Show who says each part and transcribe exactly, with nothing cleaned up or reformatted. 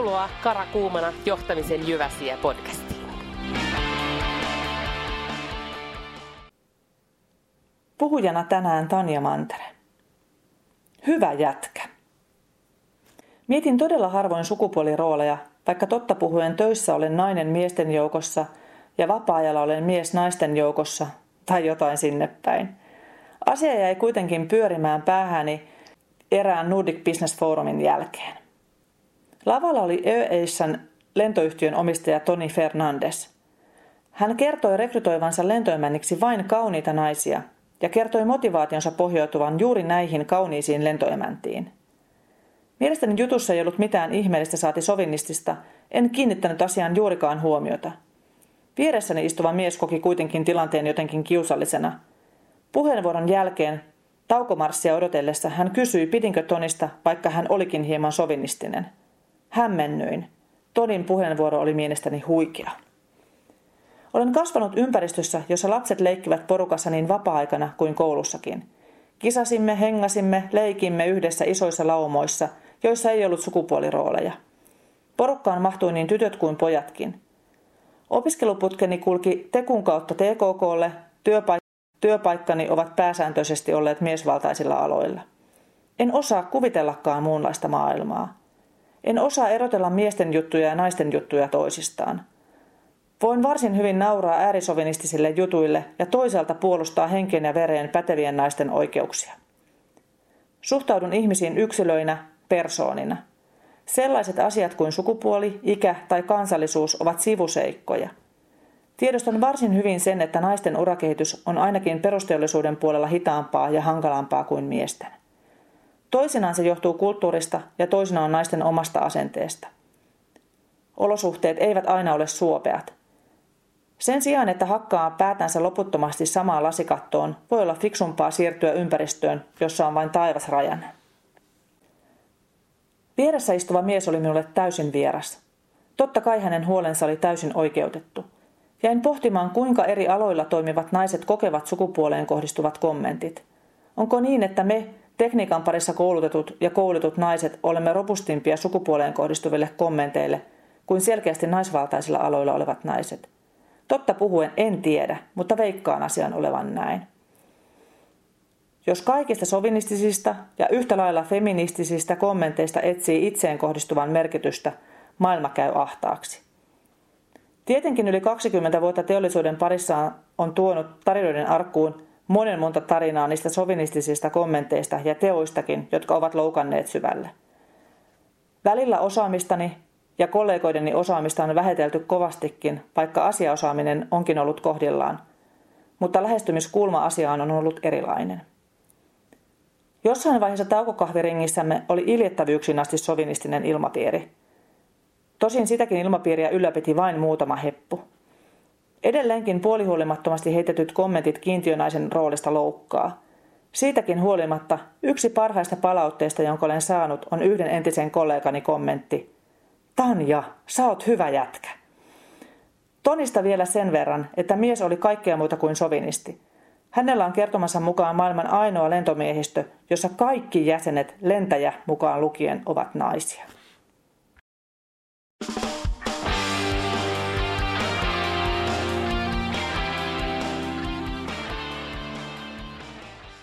Speaker 1: Tervetuloa Karakuumana johtamisen jyväsiä podcastiin.
Speaker 2: Puhujana tänään Tanja Mantere. Hyvä jätkä. Mietin todella harvoin sukupuolirooleja, vaikka totta puhuen töissä olen nainen miesten joukossa ja vapaa-ajalla olen mies naisten joukossa tai jotain sinne päin. Asia jäi kuitenkin pyörimään päähäni erään Nordic Business Forumin jälkeen. Lavalla oli AirAsian lentoyhtiön omistaja Tony Fernandes. Hän kertoi rekrytoivansa lentoemänniksi vain kauniita naisia ja kertoi motivaationsa pohjautuvan juuri näihin kauniisiin lentoemäntiin. Mielestäni jutussa ei ollut mitään ihmeellistä saati sovinnistista, en kiinnittänyt asiaan juurikaan huomiota. Vieressäni istuva mies koki kuitenkin tilanteen jotenkin kiusallisena. Puheenvuoron jälkeen taukomarssia odotellessa hän kysyi, pidinkö Tonista, vaikka hän olikin hieman sovinnistinen. Hämmennyin. Tonin puheenvuoro oli mielestäni huikea. Olen kasvanut ympäristössä, jossa lapset leikkivät porukassa niin vapaa-aikana kuin koulussakin. Kisasimme, hengasimme, leikimme yhdessä isoissa laumoissa, joissa ei ollut sukupuolirooleja. Porukkaan mahtui niin tytöt kuin pojatkin. Opiskeluputkeni kulki Tekun kautta T K K:lle, työpaik- työpaikkani ovat pääsääntöisesti olleet miesvaltaisilla aloilla. En osaa kuvitellakaan muunlaista maailmaa. En osaa erotella miesten juttuja ja naisten juttuja toisistaan. Voin varsin hyvin nauraa äärisovinistisille jutuille ja toisaalta puolustaa henkeen ja vereen pätevien naisten oikeuksia. Suhtaudun ihmisiin yksilöinä, persoonina. Sellaiset asiat kuin sukupuoli, ikä tai kansallisuus ovat sivuseikkoja. Tiedostan varsin hyvin sen, että naisten urakehitys on ainakin perusteollisuuden puolella hitaampaa ja hankalampaa kuin miesten. Toisinaan se johtuu kulttuurista ja toisinaan naisten omasta asenteesta. Olosuhteet eivät aina ole suopeat. Sen sijaan, että hakkaa päätänsä loputtomasti samaan lasikattoon, voi olla fiksumpaa siirtyä ympäristöön, jossa on vain taivas rajana. Vieressä istuva mies oli minulle täysin vieras. Totta kai hänen huolensa oli täysin oikeutettu. Jäin pohtimaan, kuinka eri aloilla toimivat naiset kokevat sukupuoleen kohdistuvat kommentit. Onko niin, että me, tekniikan parissa koulutetut ja koulutut naiset, olemme robustimpia sukupuoleen kohdistuville kommenteille kuin selkeästi naisvaltaisilla aloilla olevat naiset? Totta puhuen en tiedä, mutta veikkaan asian olevan näin. Jos kaikista sovinistisista ja yhtä lailla feministisistä kommenteista etsii itseen kohdistuvan merkitystä, maailma käy ahtaaksi. Tietenkin yli kaksikymmentä vuotta teollisuuden parissa on tuonut tarinoiden arkkuun monen monta tarinaa niistä sovinistisista kommenteista ja teoistakin, jotka ovat loukanneet syvälle. Välillä osaamistani ja kollegoideni osaamista on vähetelty kovastikin, vaikka asiaosaaminen onkin ollut kohdillaan, mutta lähestymiskulma asiaan on ollut erilainen. Jossain vaiheessa taukokahviringissämme oli iljettävyyksiin asti sovinistinen ilmapiiri. Tosin sitäkin ilmapiiriä ylläpiti vain muutama heppu. Edelleenkin puolihuolimattomasti heitetyt kommentit kiintiönaisen roolista loukkaa. Siitäkin huolimatta yksi parhaista palautteista, jonka olen saanut, on yhden entisen kollegani kommentti. Tanja, sä oot hyvä jätkä. Tonista vielä sen verran, että mies oli kaikkea muuta kuin sovinisti. Hänellä on kertomansa mukaan maailman ainoa lentomiehistö, jossa kaikki jäsenet, lentäjä mukaan lukien, ovat naisia.